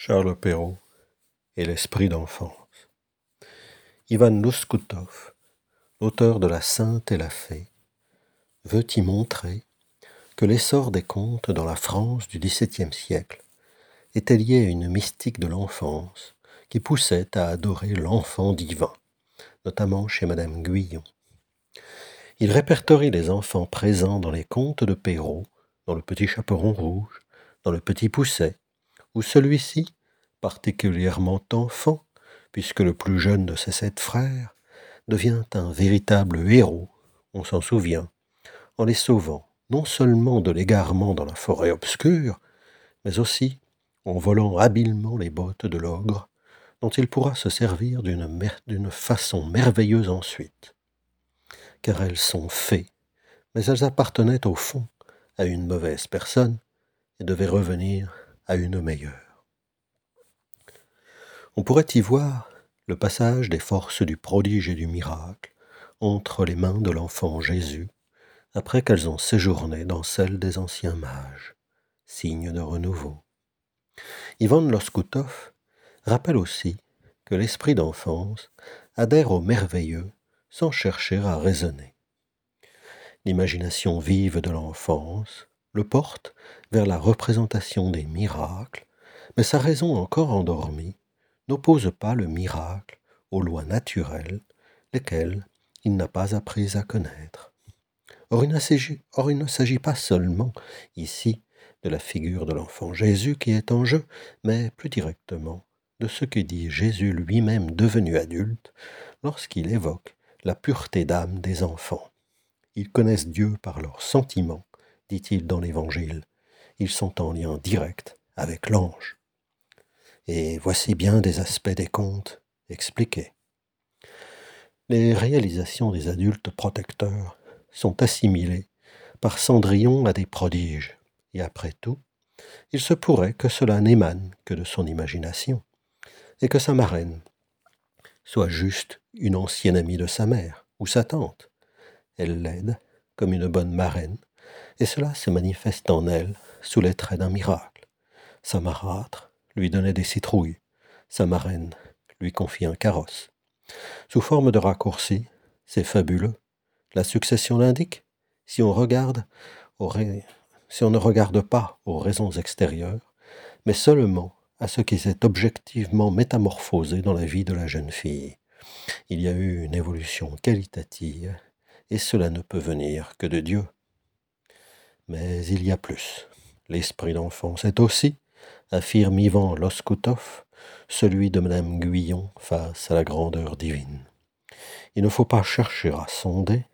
Charles Perrault et l'esprit d'enfance. Ivan Loskutov, l'auteur de La Sainte et la Fée, veut y montrer que l'essor des contes dans la France du XVIIe siècle était lié à une mystique de l'enfance qui poussait à adorer l'enfant divin, notamment chez Madame Guyon. Il répertorie les enfants présents dans les contes de Perrault, dans Le Petit Chaperon Rouge, dans Le Petit Poucet, où celui-ci, particulièrement enfant, puisque le plus jeune de ses 7 frères, devient un véritable héros, on s'en souvient, en les sauvant non seulement de l'égarement dans la forêt obscure, mais aussi en volant habilement les bottes de l'ogre, dont il pourra se servir d'une façon merveilleuse ensuite. Car elles sont fées, mais elles appartenaient au fond à une mauvaise personne et devaient revenir à une meilleure. On pourrait y voir le passage des forces du prodige et du miracle entre les mains de l'enfant Jésus, après qu'elles ont séjourné dans celles des anciens mages, signe de renouveau. Ivan Loskutov rappelle aussi que l'esprit d'enfance adhère au merveilleux sans chercher à raisonner. L'imagination vive de l'enfance le porte vers la représentation des miracles, mais sa raison encore endormie n'oppose pas le miracle aux lois naturelles, lesquelles il n'a pas appris à connaître. Or, il ne s'agit pas seulement, ici, de la figure de l'enfant Jésus qui est en jeu, mais plus directement de ce que dit Jésus lui-même devenu adulte lorsqu'il évoque la pureté d'âme des enfants. Ils connaissent Dieu par leurs sentiments, dit-il dans l'Évangile. Ils sont en lien direct avec l'ange. Et voici bien des aspects des contes expliqués. Les réalisations des adultes protecteurs sont assimilées par Cendrillon à des prodiges, et après tout, il se pourrait que cela n'émane que de son imagination, et que sa marraine soit juste une ancienne amie de sa mère, ou sa tante. Elle l'aide comme une bonne marraine, et cela se manifeste en elle sous les traits d'un miracle. Sa marâtre lui donnait des citrouilles, sa marraine lui confie un carrosse. Sous forme de raccourci, c'est fabuleux. La succession l'indique. Si on ne regarde pas aux raisons extérieures, mais seulement à ce qui s'est objectivement métamorphosé dans la vie de la jeune fille. Il y a eu une évolution qualitative, et cela ne peut venir que de Dieu. Mais il y a plus. L'esprit d'enfance est aussi, affirme Ivan Loskutov, celui de Madame Guyon face à la grandeur divine. Il ne faut pas chercher à sonder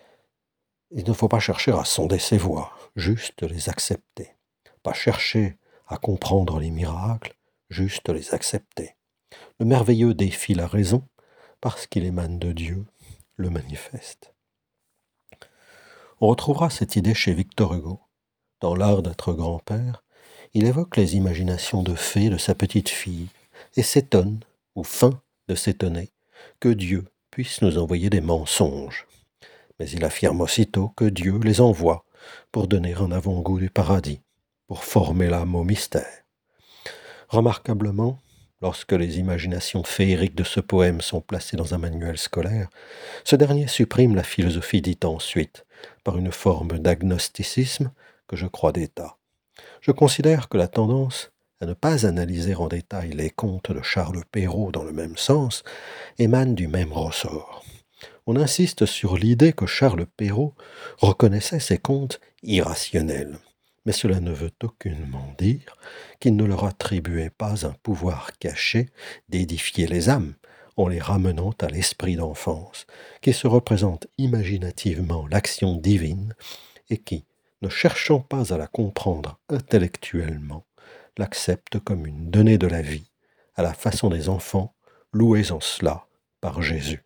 ses voies, juste les accepter. Pas chercher à comprendre les miracles, juste les accepter. Le merveilleux défie la raison, parce qu'il émane de Dieu, le manifeste. On retrouvera cette idée chez Victor Hugo. Dans L'Art d'être grand-père, il évoque les imaginations de fées de sa petite fille et s'étonne, ou feint de s'étonner, que Dieu puisse nous envoyer des mensonges. Mais il affirme aussitôt que Dieu les envoie pour donner un avant-goût du paradis, pour former l'âme au mystère. Remarquablement, lorsque les imaginations féeriques de ce poème sont placées dans un manuel scolaire, ce dernier supprime la philosophie dite ensuite, par une forme d'agnosticisme que je crois d'état. Je considère que la tendance à ne pas analyser en détail les contes de Charles Perrault dans le même sens émane du même ressort. On insiste sur l'idée que Charles Perrault reconnaissait ces contes irrationnels, mais cela ne veut aucunement dire qu'il ne leur attribuait pas un pouvoir caché d'édifier les âmes, en les ramenant à l'esprit d'enfance, qui se représente imaginativement l'action divine et qui, ne cherchant pas à la comprendre intellectuellement, l'accepte comme une donnée de la vie, à la façon des enfants, loués en cela par Jésus.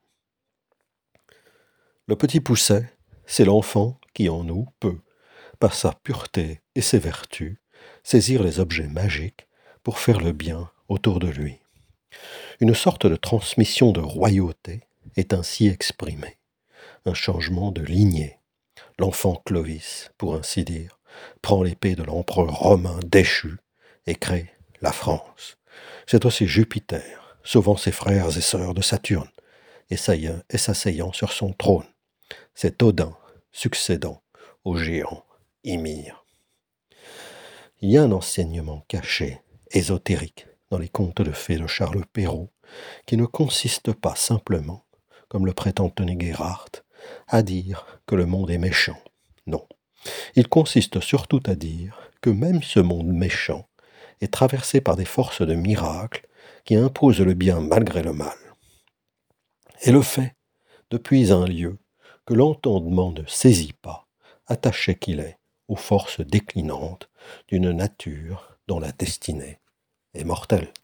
Le Petit Poucet, c'est l'enfant qui en nous peut, par sa pureté et ses vertus, saisir les objets magiques pour faire le bien autour de lui. Une sorte de transmission de royauté est ainsi exprimée, un changement de lignée. L'enfant Clovis, pour ainsi dire, prend l'épée de l'empereur romain déchu et crée la France. C'est aussi Jupiter, sauvant ses frères et sœurs de Saturne, et s'asseyant sur son trône. C'est Odin, succédant au géant Ymir. Il y a un enseignement caché, ésotérique, dans les contes de fées de Charles Perrault, qui ne consiste pas simplement, comme le prétend Tony Gerhardt, à dire que le monde est méchant. Non. Il consiste surtout à dire que même ce monde méchant est traversé par des forces de miracle qui imposent le bien malgré le mal. Et le fait, depuis un lieu que l'entendement ne saisit pas, attaché qu'il est aux forces déclinantes d'une nature dont la destinée est mortelle.